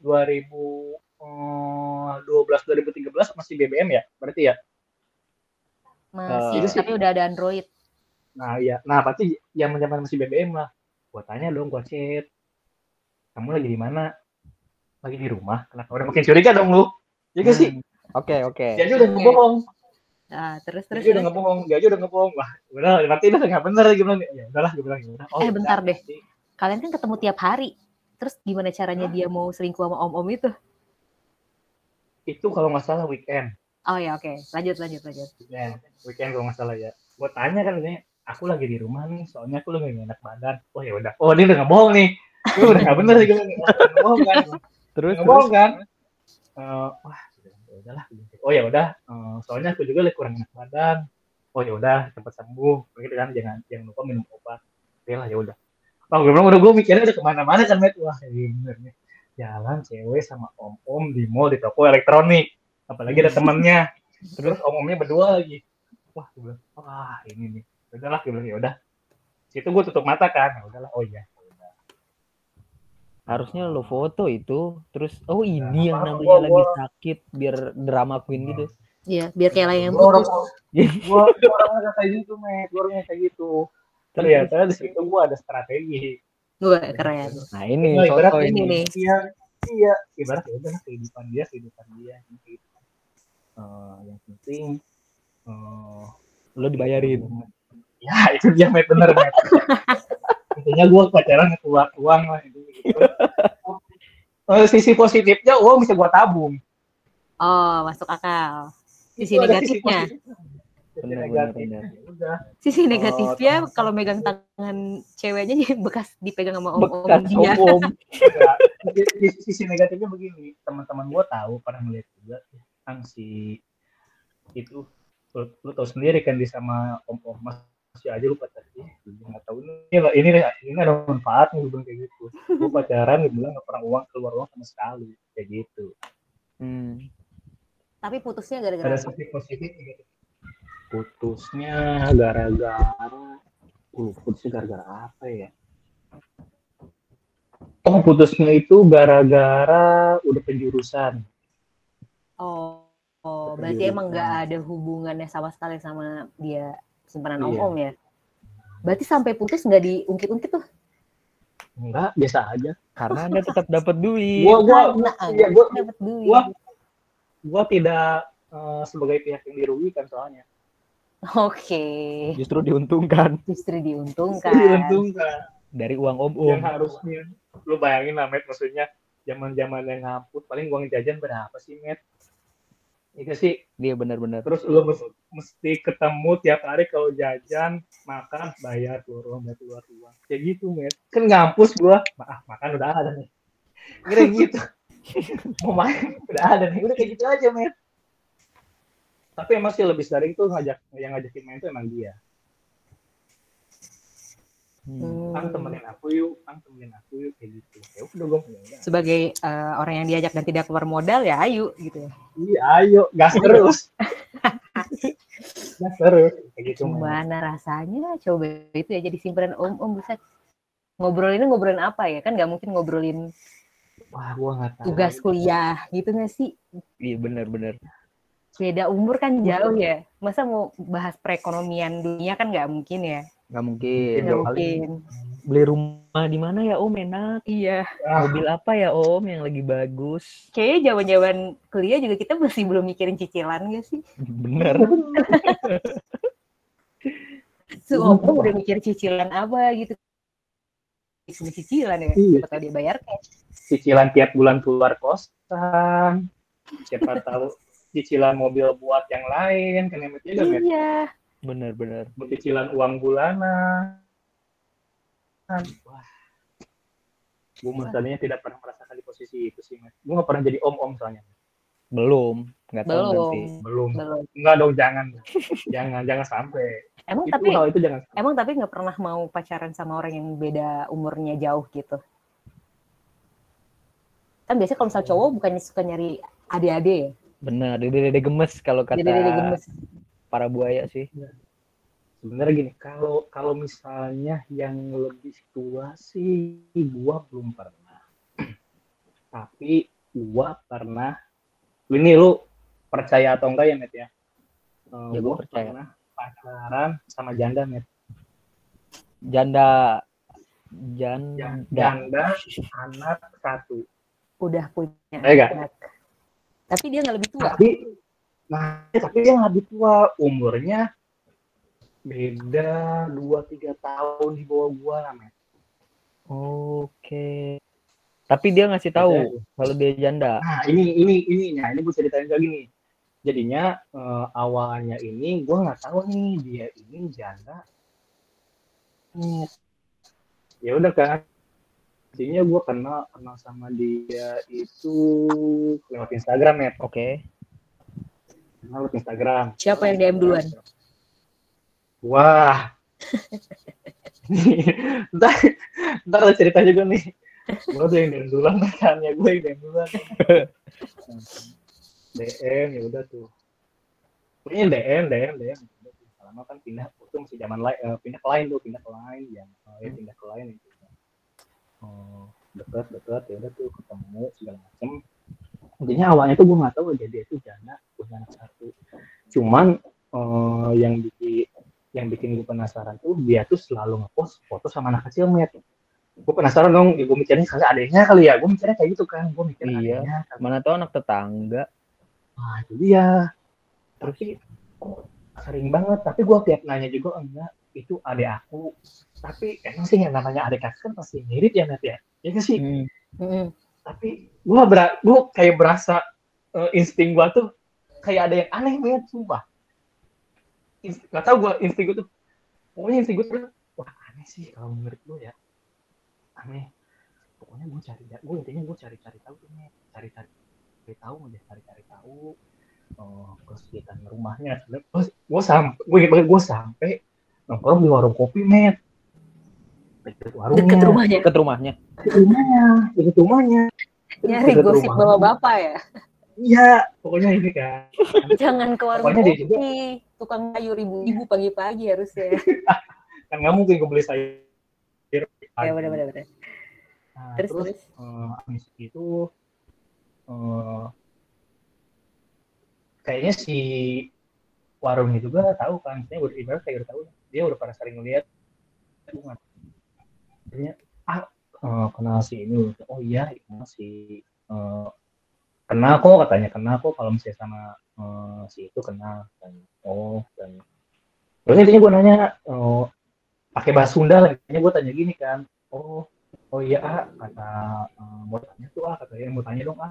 2012 2013 masih BBM ya? Berarti ya? Masih, tapi udah ada Android. Nah, iya. Nah, pasti zaman masih BBM lah. Gua tanya dong, gua chat. Kamu lagi di mana? Lagi di rumah. Kenapa? Udah makin curiga dong lu. Ya gak sih? Oke. Dia aja udah ngebohong. Nah, terus. Dia aja udah ngebohong. Wah, udah nanti udah enggak bener lagi bilang. Ya udahlah, gue bilang ya udah. Bentar deh. Kalian kan ketemu tiap hari. Terus gimana caranya dia mau selingkuh sama om-om itu? Itu kalau nggak salah weekend. Oh ya, oke. Lanjut. Ya, weekend kalau nggak salah ya. Gue tanya kan ini, aku lagi di rumah nih, soalnya aku lagi gak enak badan. Oh ya udah. Oh, dia udah nggak bohong nih. Gue udah nggak bener sih gue nggak bohong kan. Terus bohong kan. Wah, udahlah. Oh ya udah. Soalnya aku juga lagi kurang enak badan. Oh ya udah, cepat sembuh. Begitu kan, jangan lupa minum obat. Oke lah ya udah. Oh, gue bilang udah gue mikirnya udah kemana-mana kan, Met. Wah, ini bener nih. Jalan cewek sama om-om di mall di toko elektronik. Apalagi ada temannya. Terus om-omnya berdua lagi. Wah, gue bilang, wah ini nih. Udahlah, gue bilang ya udah. Situ gue tutup mata kan. Ya udahlah, oh iya. Harusnya lo foto itu, terus ini yang namanya lagi sakit biar drama queen gitu. Iya, biar kayak lain yang putus. Gue orangnya kayak gitu, Met. Gue orangnya kayak gitu. Ternyata di situ gue ada strategi. Gue keren. Nah ini foto ini nih. Iya. Ibarat ya udah kehidupan dia gitu. Yang penting lo dibayarin. Ya itu dia, Met, bener, Met. Intinya gue pacaran keluar uang lah itu. Sisi positifnya uang bisa gue tabung. Oh, masuk akal. Sisi negatifnya. Benar. Sisi negatifnya kalau megang tangan ceweknya bekas dipegang sama om-om dia. Sisi negatifnya begini, teman-teman gue tahu pernah melihat juga kan si itu lu tahu sendiri kan dia sama om-om masih aja lu pacaran. Nggak tahu ini ada manfaatnya gue bilang kayak gitu. Gue pacaran gue bilang nggak pernah keluar uang sama sekali kayak gitu. Tapi putusnya Ada gara-gara apa? sisi positif gitu. Putusnya gara-gara apa ya? Oh, putusnya itu gara-gara udah penjurusan. Oh, berarti emang nggak ada hubungannya sama sekali sama dia simpanan Iya. om-om ya? Berarti sampai putus nggak diungkit-ungkit tuh? Enggak, biasa aja. Karena Anda tetap dapat duit. Gua Dapat duit. Gua tidak sebagai pihak yang dirugikan soalnya. Oke. Justru diuntungkan Justru diuntungkan. dari uang om-om. Yang harusnya lu bayangin lah, Met, maksudnya zaman-zaman yang ngampus paling uang jajan berapa sih, Met? Itu sih. Dia benar-benar. Terus lu mesti ketemu tiap hari kalau jajan, makan, bayar, keluar uang. Kayak gitu, Met. Kan ngampus gua, makan udah ada nih. Kira gitu. Mau main udah ada nih. Udah kayak gitu aja, Met. Tapi emang sih lebih sering tuh yang ngajakin main tuh emang dia. Kang temenin aku yuk kayak gitu. Ya udah gue punya. Sebagai orang yang diajak dan tidak keluar modal ya ayo gitu. Iya ayo, gas terus. Kayak gitu. Gimana rasanya coba itu ya jadi simpanan om bisa ngobrolin apa ya, kan nggak mungkin ngobrolin gua nggak tahu tugas kuliah gitu nggak sih? Iya benar. Beda umur kan jauh ya, masa mau bahas perekonomian dunia kan nggak mungkin ya? Nggak mungkin. Mungkin. Beli rumah di mana ya om enak? Iya. Mobil apa ya om yang lagi bagus? Kayaknya zaman kuliah juga kita masih belum mikirin cicilan nggak sih? Bener. Om udah mikir cicilan apa gitu? Cicilan ya? Siapa tahu dia bayar cash. Cicilan tiap bulan keluar kosan. Siapa tahu cicilan mobil buat yang lain kan yang juga kan? Iya. Benar. Cicilan uang bulanan. Wah. Gue misalnya tidak pernah merasakan di posisi itu sih, Mas. Gue nggak pernah jadi om soalnya. Belum. Nggak tahu nanti. Belum. Enggak dong, jangan sampai. Emang tapi nggak pernah mau pacaran sama orang yang beda umurnya jauh gitu? Kan biasanya kalau misal cowok bukannya suka nyari adik-adik ya? Benar, dede gemes kalau kata gemes. Para buaya sih. Sebenarnya gini, kalau misalnya yang lebih tua sih gua belum pernah. Tapi gua pernah. Ini lu percaya atau enggak ya, Met ya? Ya gua percaya. Pernah pacaran sama janda, Met. Janda anak satu. Udah punya anak. Tapi dia nggak lebih tua. Tapi dia nggak lebih tua, umurnya beda 2-3 tahun di bawah gua lah, Met. Oke. Tapi dia ngasih tahu kalau dia janda. Nah, ini gue ceritain lagi nih. Jadinya awalnya ini gue nggak tahu nih dia ini janda. Ya udah kan. Jadinya gue kenal sama dia itu lewat Instagram, Met. Oke. Kenal lewat Instagram. Siapa yang DM duluan? Wah. Ntar ada cerita juga nih. Gue tuh yang DM duluan kan, ya gue yang DM duluan. DM ya udah tuh. Pokoknya DM. Lama kan pindah, itu masih zaman pindah ke lain ya. Pindah ke lain itu. Deket ya udah tuh ketemu segala macam. Intinya awalnya tuh gue nggak tahu dia tuh janda punya anak satu. Cuman yang bikin gue penasaran tuh dia tuh selalu ngepost foto sama anak kecil, Met. Gue penasaran dong, gue mikirnya kali adeknya kali ya, gue mikirnya kayak gitu kan, gue mikir adeknya. Mana tahu anak tetangga. Nah itu dia. Tapi sering banget, tapi gue tiap nanya juga enggak, itu adek aku. Tapi emang sih yang namanya adek kakak kan pasti mirip ya, Met ya. Ya kan sih. Tapi gue kayak berasa insting gue tuh kayak ada yang aneh, Met, sumpah. Gak tau gue insting gue tuh, pokoknya insting gue tuh, wah aneh sih kalau menurut gue ya, aneh. Pokoknya gue cari tahu tuh, Met, cari tahu ke sekitar rumahnya. Gue sampai nongkrong di warung kopi, Met. Dekat rumahnya. Nyari gosip bawa bapak ya. Iya, pokoknya ini kan. Jangan ke warung Pokoknya dia juga kopi, tukang sayur ibu-ibu pagi-pagi harusnya. kan nggak mungkin gue beli sayur Ya pagi. benar. Nah, Terus. terus habis itu kayaknya si warungnya juga tahu kan, saya udah ibarat kayak udah tahu, dia udah pada sering ngeliat bunga. Akhirnya kenal si ini, oh iya kenal si kenal kok katanya, kenal kok kalau misalnya sama si itu kenal dan dan terus intinya gue nanya pakai bahasa Sunda lah, intinya gue tanya gini kan, oh iya kata mau tanya tuh katanya mau tanya dong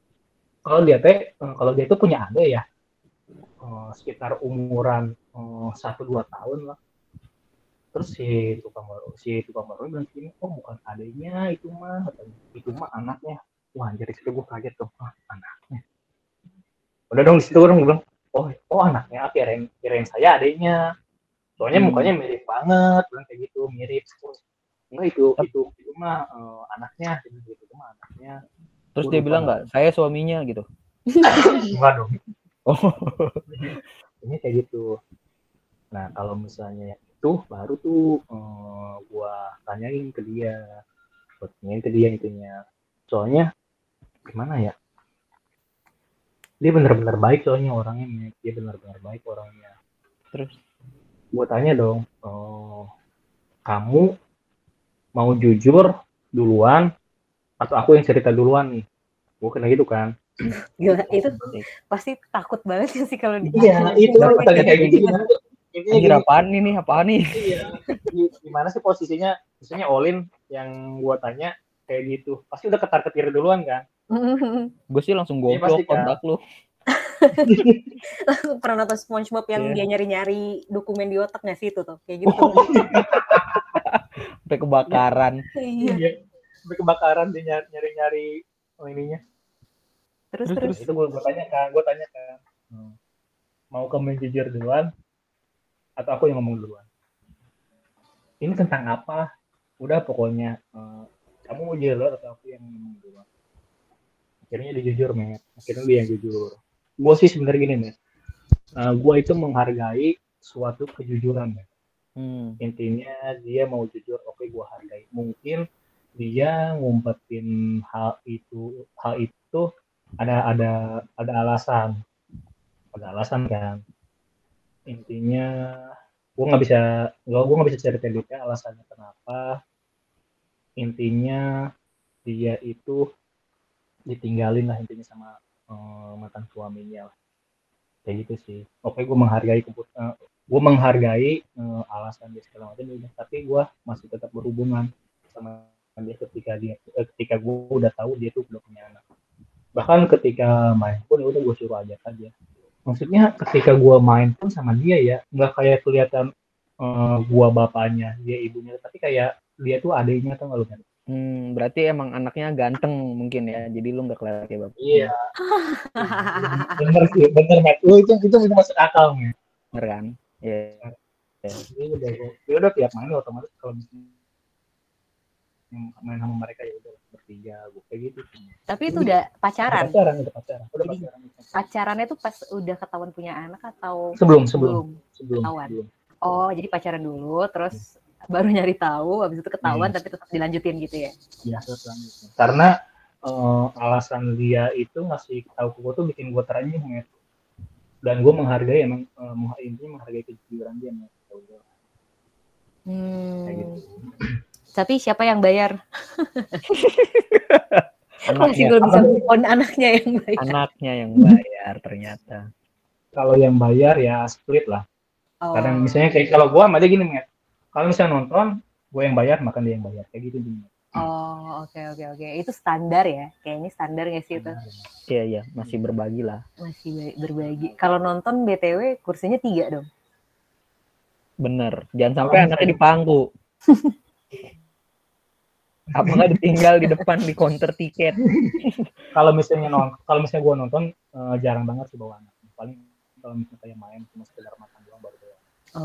kalau dia tuh punya adik ya sekitar umuran 1-2 tahun lah. Terus si tukang baru bilang gini, oh bukan adiknya itu mah, katanya. Itu mah anaknya. Wah jadi situ gue kaget tuh, anaknya. Udah dong di situ orang bilang, oh anaknya, kirain saya adiknya. Soalnya mukanya mirip banget, bilang kayak gitu, mirip. Enggak itu mah anaknya, itu mah anaknya. Terus dia bilang nggak, saya suaminya gitu. Enggak dong. Oh. Ini kayak gitu. Nah kalau misalnya itu baru tuh gua tanyain ke dia, intinya. Soalnya gimana ya? Dia benar-benar baik soalnya orangnya, dia benar-benar baik orangnya. Terus Gua tanya dong, kamu mau jujur duluan atau aku yang cerita duluan nih? Gua kena gitu kan. Gila, itu pasti takut banget sih kalau Iya, itu tanya kayak gitu gimana tuh? Anjir apaan nih? Iya. Gimana sih posisinya? Misalnya Olin yang gua tanya kayak gitu. Pasti udah ketar-ketir duluan kan? Gue sih langsung goblok kontak lu. Pernah nonton SpongeBob yang dia nyari-nyari dokumen di otak nggak sih itu tuh? Kayak gitu. Sampai kebakaran. Iya. Sampai kebakaran dia nyari-nyari ininya. Terus. Itu gue tanya kan. Mau kamu jujur duluan atau aku yang ngomong duluan? Ini tentang apa? Udah pokoknya kamu mau jujur atau aku yang ngomong duluan? Akhirnya dia jujur, Met. Akhirnya dia yang jujur. Gue sih sebenarnya gini, Met. Gue itu menghargai suatu kejujuran, Met. Intinya dia mau jujur, oke, gue hargai. Mungkin dia ngumpetin hal itu ada alasan kan. Intinya gue nggak bisa cerita detail alasannya kenapa. Intinya dia itu ditinggalin lah intinya sama mantan suaminya lah. Kayak gitu sih. Oke, gue menghargai alasan dia segala macam, tapi gue masih tetap berhubungan sama dia ketika gue udah tahu dia tuh udah punya anak. Bahkan ketika main pun udah gue suruh ajak aja. Maksudnya ketika gue main pun sama dia ya nggak kayak kelihatan gue bapaknya, dia ibunya, tapi kayak dia tuh adiknya, tau nggak lu kan? Berarti emang anaknya ganteng mungkin ya, jadi lu nggak kelihatan kayak bapak. Iya. Bener Mat. Lu itu masuk akal nih. Bener kan? Iya. Ya udah tiap main otomatis kalau misalnya main sama mereka ya udah bertiga, gue kayak gitu. Tapi itu udah pacaran. Udah pacaran. Pacarannya tuh pas udah ketahuan punya anak atau sebelum ketahuan? Oh, jadi pacaran dulu, terus baru nyari tahu, habis itu ketahuan tapi tetap dilanjutin gitu ya? Iya, tetap lanjutin. Karena alasan dia itu ngasih tahu ke gue tuh bikin gue terenyuh, Met. Dan gue menghargai intinya menghargai kejujuran dia, Met. Kayak gitu. Tapi siapa yang bayar? Masih belum bisa move on, anaknya yang bayar. Anaknya yang bayar ternyata. Kalau yang bayar ya split lah. Kadang misalnya kayak kalau gue sama dia gini, Met. Kalau misalnya nonton, gue yang bayar, makan dia yang bayar. Kayak gitu. Oh, oke. Itu standar ya? Kayaknya standar nggak sih itu? Iya, masih berbagi lah. Masih berbagi. Kalau nonton BTW kursinya 3 dong? Bener. Jangan sampai anaknya di pangku. Apakah ditinggal di depan di counter tiket? Kalau misalnya gue nonton jarang banget sih bawa anak. Paling kalau misalnya kayak main cuma sekedar makan doang baru doang.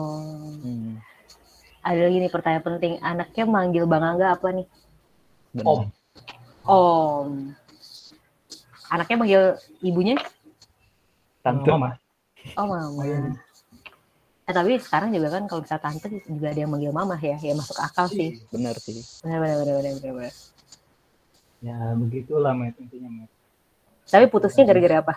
Ada lagi nih pertanyaan penting. Anaknya manggil Bang Angga apa nih? Om. Anaknya manggil ibunya? Tante. Mama. Oh, mama. Tapi sekarang juga kan kalau bisa tante juga ada yang manggil mama ya masuk akal sih. Benar sih. Benar. Ya begitulah Met, intinya Met. Tapi putusnya gara-gara apa?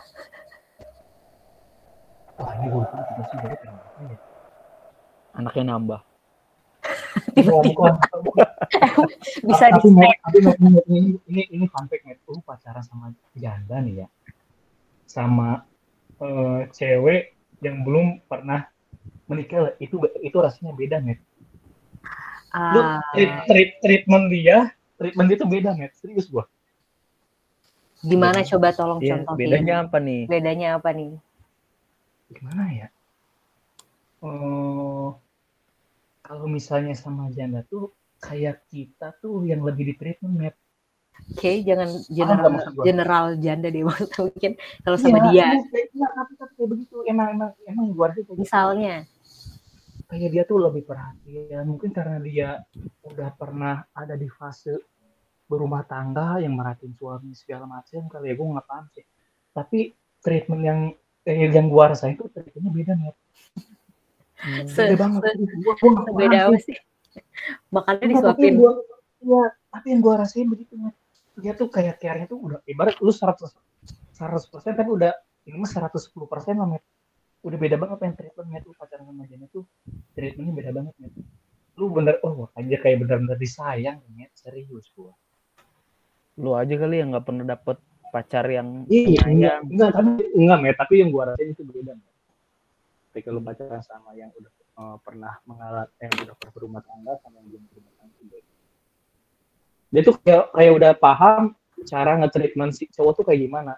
Wah ini gue putusnya gara-gara apa ya? Anaknya nambah. Bukan. Bisa tapi di-step. ini fun fact Met, lu pacaran sama janda nih ya, sama cewek yang belum pernah menikah, itu rasanya beda Met. Lu treatment dia tuh beda Met, serius gua. Gimana coba tolong Iya, contohin. bedanya apa nih? Gimana ya? Kalau misalnya sama janda tuh kayak kita tuh yang lebih di treatment Met. Oke, jangan general janda deh mungkin kalau sama dia. Iya, tapi kayak begitu. Emang gua rasa kayak misalnya kayak dia tuh lebih perhatian, mungkin karena dia udah pernah ada di fase berumah tangga yang merhatiin suami segala macam kali ya, gue nggak paham sih. Tapi treatment yang gue rasain itu treatmentnya beda Met. Beda banget. Beda apa sih? Makannya disuapin. Tapi yang gue rasain begitu Met. Dia tuh kayak care-nya tuh udah ibarat lu 100% tapi udah ini mah 110% lah Met. Udah beda banget yang treatmentnya tuh pacaran sama janda tuh treatmentnya beda banget Met. Lu bener aja kayak bener-bener disayang Met, serius gua. Lu aja kali yang nggak pernah dapet pacar yang enggak Met, tapi yang gua rasain itu beda Met. Ketika lu pacaran sama yang udah pernah mengalami udah pernah berumah tangga sama yang belum berumah tangga itu beda. Dia tuh kayak udah paham cara nge-treatment si cowok tuh kayak gimana.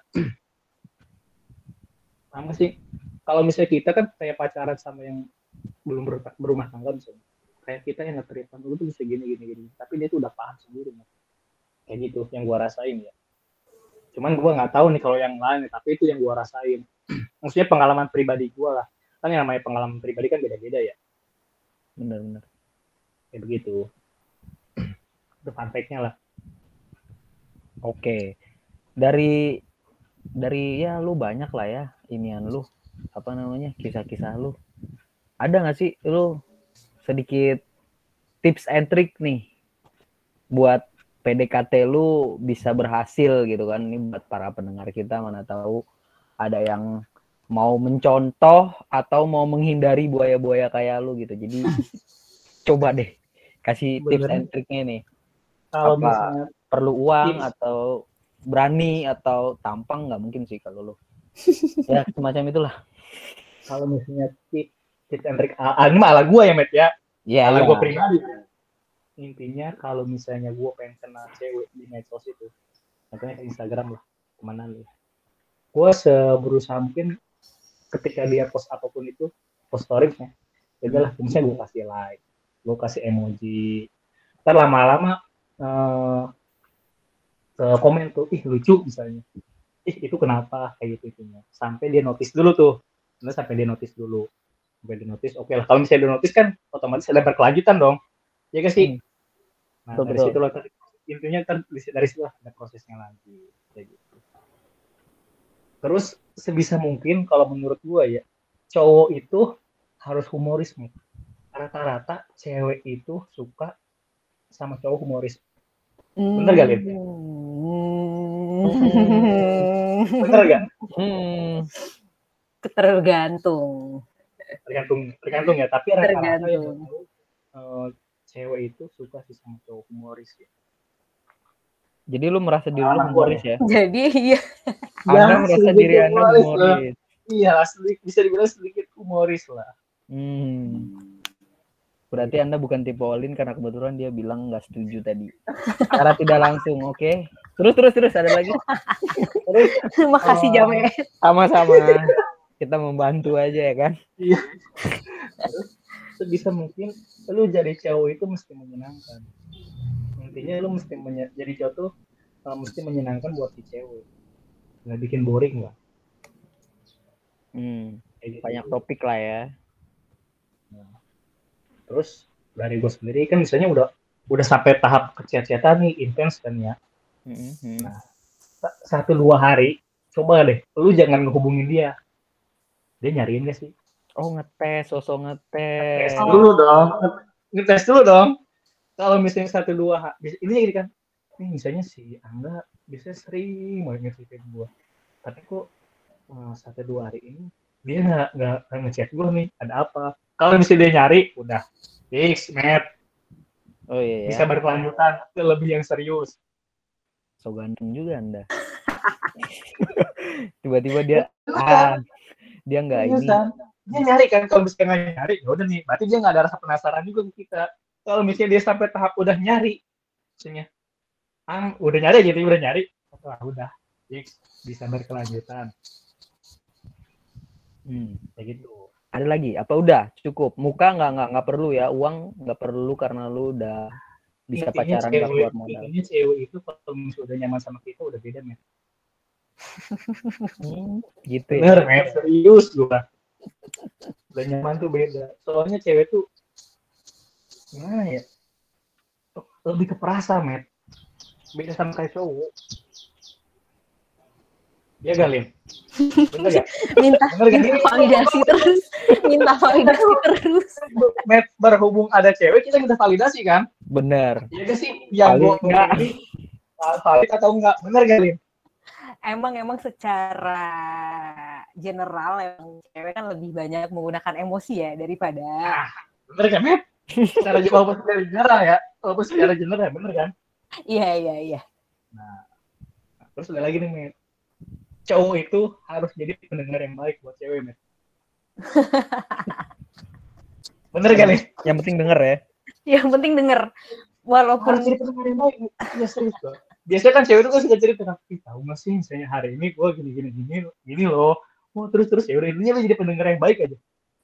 Sama sih. Kalau misalnya kita kan kayak pacaran sama yang belum berumah tangga misalnya, kayak kita yang nge-treatment lu tuh bisa gini. Tapi dia tuh udah paham sendiri Met. Kayak gitu yang gua rasain ya. Cuman gua nggak tahu nih kalau yang lain, tapi itu yang gua rasain. Maksudnya pengalaman pribadi gua lah. Kan yang namanya pengalaman pribadi kan beda-beda ya. Benar. Kayak begitu. Itu fun fact-nya lah. Oke. Dari ya lu banyak lah ya inian lu. Apa namanya? Kisah-kisah lu. Ada nggak sih lu sedikit tips and trick nih buat PDKT lu bisa berhasil gitu kan? Ini buat para pendengar kita, mana tahu ada yang mau mencontoh atau mau menghindari buaya-buaya kayak lu gitu. Jadi coba deh kasih tips and tricknya nih. Kalau apa misalnya perlu uang atau berani atau tampang, nggak mungkin sih kalau lu. Ya semacam itulah. Kalau misalnya tips and trick, ini malah gue ya Met ya. Malah gue pribadi. Intinya kalau misalnya gue pengen kenal cewek di medsos itu, contohnya ke Instagram lah, kemana nih, gue seberusaha mungkin ketika dia post apapun itu, post story-nya, jadilah misalnya gue kasih like, gue kasih emoji, ntar lama-lama ke komen tuh, ih lucu misalnya, ih itu kenapa kayak gitu itunya, sampai dia notice dulu tuh, sampai dia notice, oke lah, kalau misalnya dia notice kan otomatis ada berkelanjutan dong, ya gak sih? Nah dari situ lah intinya dari situ lah ada prosesnya lagi kayak gitu. Terus sebisa mungkin kalau menurut gua ya, cowok itu harus humoris nih. Rata-rata cewek itu suka sama cowok humoris. Bener gak Lin? Bener gak? Tergantung ya, tapi rata-rata yang cewek itu suka sih sama cowok humoris ya. Jadi lu merasa diri lu humoris ya? Jadi iya. Anda merasa diri Anda humoris. Iya, bisa dibilang sedikit humoris lah. Berarti Anda bukan tipe Olin karena kebetulan dia bilang nggak setuju tadi. Cara tidak langsung, oke. Terus ada lagi. Makasih Jamet. Sama-sama. Kita membantu aja ya kan? Iya. Sebisa mungkin lu jadi cowok itu mesti menyenangkan. Intinya lu mesti jadi cowok tuh mesti menyenangkan buat si cewek. Nggak bikin boring lah. Banyak topik lah ya. Nah, terus dari gue sendiri kan misalnya udah sampai tahap kecet-cetan nih, intens kan ya. Nah, 1-2 hari coba deh, lu jangan ngehubungin dia. Dia nyariin gak sih? Oh, ngetes, sosok Ngetes ngetes. dulu dong. Ngetes dulu dong. Kalau misalnya 1-2 ini gini kan. Ini misalnya si Angga biasanya sering banget ngechat gue. Tapi kok 1-2 hari ini dia nggak ngechat gue nih. Ada apa? Kalau misalnya dia nyari, udah fix, Matt. Oh iya Bisa ya. berkelanjutan ke lebih yang serius. So ganteng juga Anda. Tiba-tiba dia dia nggak ini. Seriusan. Dia nyari kan, kalau misalnya nggak nyari, ya udah nih. Berarti dia nggak ada rasa penasaran juga ke kita. Kalau misalnya dia sampai tahap udah nyari, misalnya, udah nyari gitu, udah nyari, udah fix, bisa berkelanjutan. Kayak gitu. Ada lagi? Apa udah cukup? Muka nggak perlu ya, uang nggak perlu karena lu udah bisa Intinya pacaran nggak keluar modal. Intinya cewek itu kalau misalnya udah nyaman sama kita udah beda, men. Gitu Bener, ya. men, serius gua. Udah nyaman tuh beda. Soalnya cewek tuh gimana ya? Lebih ke perasa, men. Beda sama kayak cowok. Dia Galim. Bener gak? minta validasi terus. Minta validasi terus. Met, berhubung ada cewek, kita minta validasi kan? Bener. Iya gak sih? Yang Valid nggak? ini valid atau enggak? Bener gak, Lim? Emang secara general emang cewek kan lebih banyak menggunakan emosi ya daripada. Bener kan, Met? Secara general ya. Walaupun secara general, bener kan? Iya. Nah, terus ada lagi nih, Met. Cowok itu harus jadi pendengar yang baik buat cewek, Met. Bener kan, nih? Yang penting denger ya. Yang penting denger. Walaupun harus jadi pendengar yang baik. Ya serius loh. Biasanya kan cewek itu kan suka cerita, tahu nggak sih, misalnya hari ini gue gini loh. Oh, terus ya udah, intinya lo jadi pendengar yang baik aja.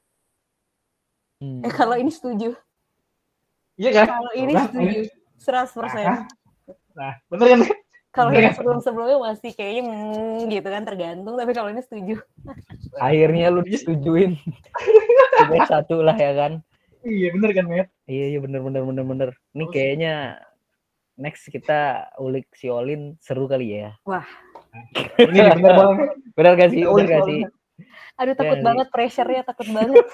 Kalau ini setuju. Iya kan? Kalau ini setuju 100%. Nah, bener kan? Kalau yang sebelumnya masih kayaknya gitu kan, tergantung. Tapi kalau ini setuju. Akhirnya lu disetujuin. Cuma satu lah ya kan. Iya bener kan, Met? Iya bener. Ini kayaknya next kita ulik si Olin, seru kali ya. Wah. Ini bener banget. Bener gak sih? Aduh, takut banget pressure-nya, takut banget.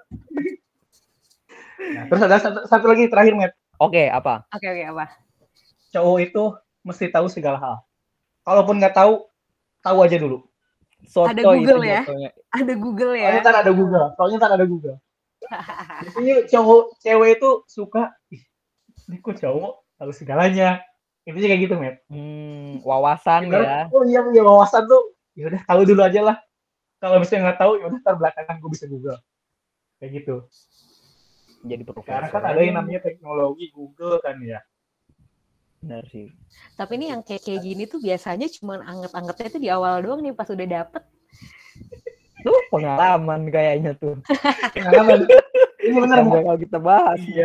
Nah, terus ada satu lagi terakhir, Met. Oke, apa? Oke, apa? Cowok itu mesti tahu segala hal. Kalaupun nggak tahu aja dulu. Ada Google ya? Ada Google ya? Soalnya ntar ada Google. Biasanya cewek itu suka, ini kok cowok tahu segalanya. Intinya kayak gitu, Met. Wawasan ya. Oh iya, wawasan tuh. Ya udah tahu dulu aja lah. Kalau misalnya nggak tahu, ya udah ntar belakangan gue bisa Google. Kayak gitu. Jadi profesor. Sekarang kan ada yang namanya teknologi Google kan ya. Benar sih. Tapi ini yang kayak gini tuh biasanya cuma anget-angetnya tuh di awal doang nih, pas udah dapet. Tuh pengalaman kayaknya tuh. Pengalaman. Ini benar kalau kita bahas. Iya,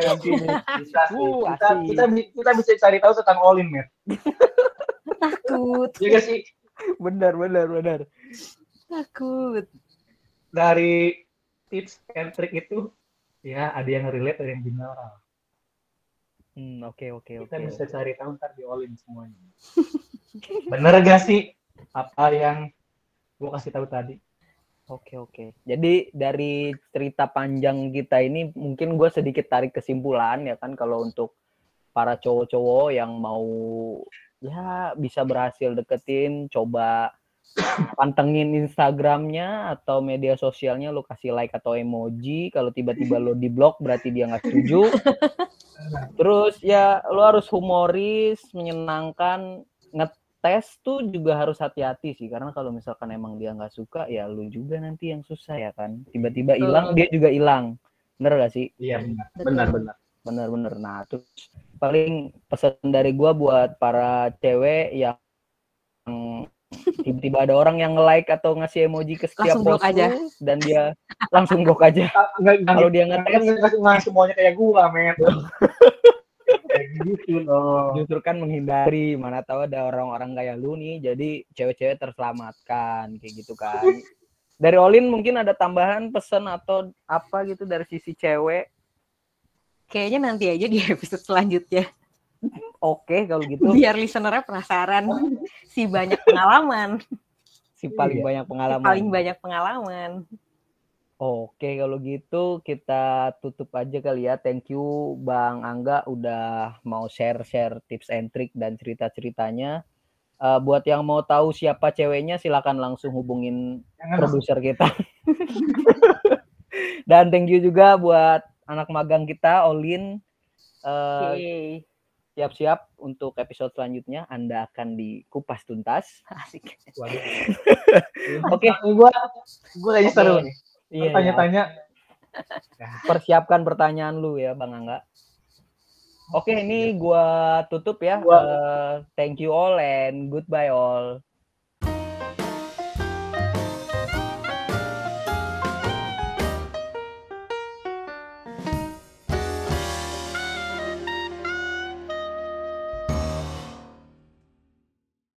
kita bisa cari tahu tentang Olin, Mer. Takut. Iya sih. Benar. Takut. Dari tips and trick itu, ya ada yang relate, ada yang general. Oke. Kita bisa cari tahu ntar di Olin semuanya. Bener gak sih apa yang gue kasih tahu tadi? Oke. Jadi dari cerita panjang kita ini mungkin gue sedikit tarik kesimpulan ya kan, kalau untuk para cowok-cowok yang mau ya bisa berhasil deketin, coba pantengin Instagramnya atau media sosialnya, lo kasih like atau emoji. Kalau tiba-tiba lo di blok berarti dia nggak setuju. Terus ya lo harus humoris, menyenangkan. Ngetes tuh juga harus hati-hati sih, karena kalau misalkan emang dia nggak suka ya lo juga nanti yang susah ya kan. Tiba-tiba hilang, dia juga hilang. Bener gak sih? Iya benar. Bener. Nah terus paling pesan dari gue buat para cewek yang tiba-tiba ada orang yang nge-like atau ngasih emoji ke setiap post lu, dan dia langsung blok aja. Kalau dia nggak semuanya kayak gua, men. Kayak gitu loh. Justru kan menghindari, mana tahu ada orang-orang kayak lu nih, jadi cewek-cewek terselamatkan kayak gitu kan. Dari Olin mungkin ada tambahan pesan atau apa gitu dari sisi cewek? Kayaknya nanti aja di episode selanjutnya. Oke, kalau gitu. Biar listener-nya penasaran si banyak pengalaman. Si paling banyak pengalaman. Paling banyak pengalaman. Oke, kalau gitu kita tutup aja kali ya. Thank you Bang Angga udah mau share tips and trick dan cerita-ceritanya. Buat yang mau tahu siapa ceweknya silakan langsung hubungin produser kita. Dan thank you juga buat anak magang kita Olin. Siap-siap untuk episode selanjutnya Anda akan dikupas tuntas. Asik. Oke, gue lagi seru nih. Tanya-tanya. Persiapkan pertanyaan lu ya Bang Angga. Oke, ini gua tutup ya. Thank you all and goodbye all.